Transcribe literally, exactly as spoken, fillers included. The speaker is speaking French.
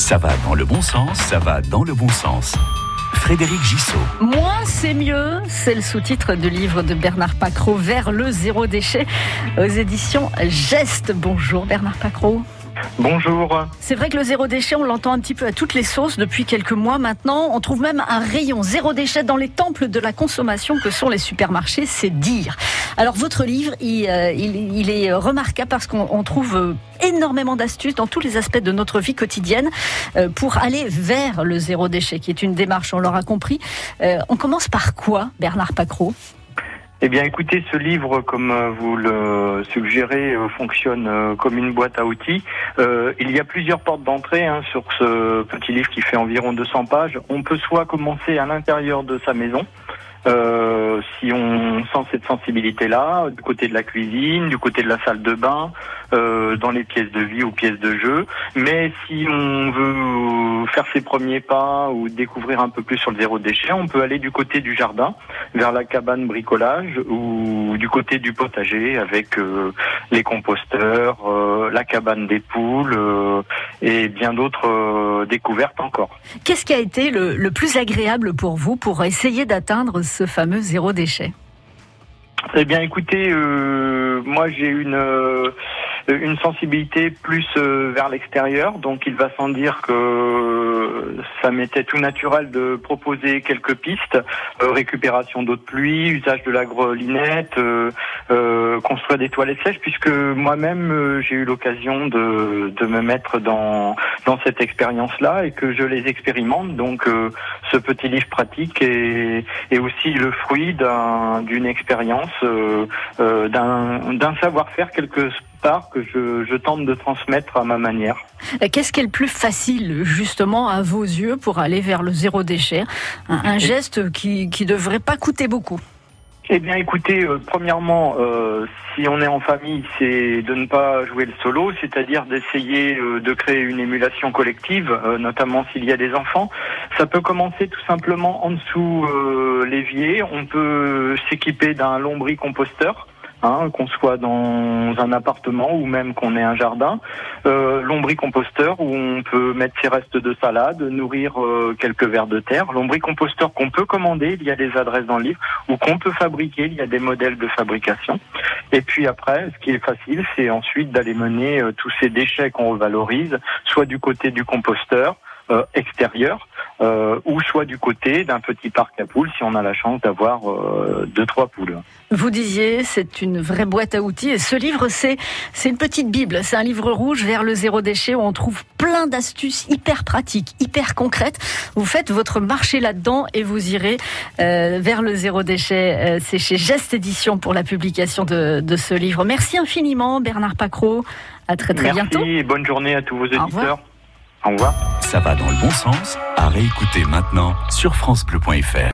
Ça va dans le bon sens, ça va dans le bon sens. Frédéric Gissot. Moins c'est mieux, c'est le sous-titre du livre de Bernard Pacreau, Vers le zéro déchet, aux éditions Geste. Bonjour Bernard Pacreau. Bonjour. C'est vrai que le zéro déchet, on l'entend un petit peu à toutes les sauces depuis quelques mois maintenant. On trouve même un rayon zéro déchet dans les temples de la consommation que sont les supermarchés, c'est dire. Alors votre livre, il, euh, il, il est remarquable parce qu'on on trouve énormément d'astuces dans tous les aspects de notre vie quotidienne euh, pour aller vers le zéro déchet, qui est une démarche, on l'aura compris. Euh, on commence par quoi, Bernard Pacreau ? Eh bien, écoutez, ce livre, comme vous le suggérez, fonctionne comme une boîte à outils. Euh, il y a plusieurs portes d'entrée hein, sur ce petit livre qui fait environ deux cents pages. On peut soit commencer à l'intérieur de sa maison, euh, si on sent cette sensibilité-là, du côté de la cuisine, du côté de la salle de bain, euh, dans les pièces de vie ou pièces de jeu. Mais si on veut faire ses premiers pas ou découvrir un peu plus sur le zéro déchet, on peut aller du côté du jardin, vers la cabane bricolage, ou du côté du potager avec euh, les composteurs, euh, la cabane des poules euh, et bien d'autres euh, découvertes encore. Qu'est-ce qui a été le, le plus agréable pour vous pour essayer d'atteindre ce fameux zéro déchet ? Eh bien, écoutez, euh, moi j'ai une euh, une sensibilité plus euh, vers l'extérieur, donc il va sans dire que ça m'était tout naturel de proposer quelques pistes, euh, récupération d'eau de pluie, usage de la grelinette, euh, euh, construire des toilettes sèches, puisque moi-même euh, j'ai eu l'occasion de de me mettre dans dans cette expérience-là et que je les expérimente. Donc euh, ce petit livre pratique est est aussi le fruit d'un d'une expérience, euh, euh, d'un d'un savoir-faire quelque part que je, je tente de transmettre à ma manière. Qu'est-ce qui est le plus facile, justement, à vos yeux, pour aller vers le zéro déchet ? Un, un geste qui qui devrait pas coûter beaucoup. Eh bien, écoutez, euh, premièrement, euh, si on est en famille, c'est de ne pas jouer le solo, c'est-à-dire d'essayer euh, de créer une émulation collective, euh, notamment s'il y a des enfants. Ça peut commencer tout simplement en dessous euh, l'évier. On peut s'équiper d'un lombricomposteur. Hein, qu'on soit dans un appartement ou même qu'on ait un jardin, euh, lombricomposteur où on peut mettre ses restes de salade, nourrir euh, quelques vers de terre, lombricomposteur qu'on peut commander, il y a des adresses dans le livre, ou qu'on peut fabriquer, il y a des modèles de fabrication. Et puis après, ce qui est facile, c'est ensuite d'aller mener euh, tous ces déchets qu'on revalorise, soit du côté du composteur, Euh, extérieur, euh, ou soit du côté d'un petit parc à poules si on a la chance d'avoir euh, deux trois poules. Vous disiez, c'est une vraie boîte à outils, et ce livre, c'est c'est une petite bible, c'est un livre rouge vers le zéro déchet où on trouve plein d'astuces hyper pratiques, hyper concrètes. Vous faites votre marché là-dedans et vous irez euh, vers le zéro déchet. Euh, c'est chez Geste Édition pour la publication de, de ce livre. Merci infiniment Bernard Pacreau. À très très Merci bientôt. Merci et bonne journée à tous vos auditeurs. Au revoir. Au revoir. Ça va dans le bon sens, à réécouter maintenant sur francebleu point fr.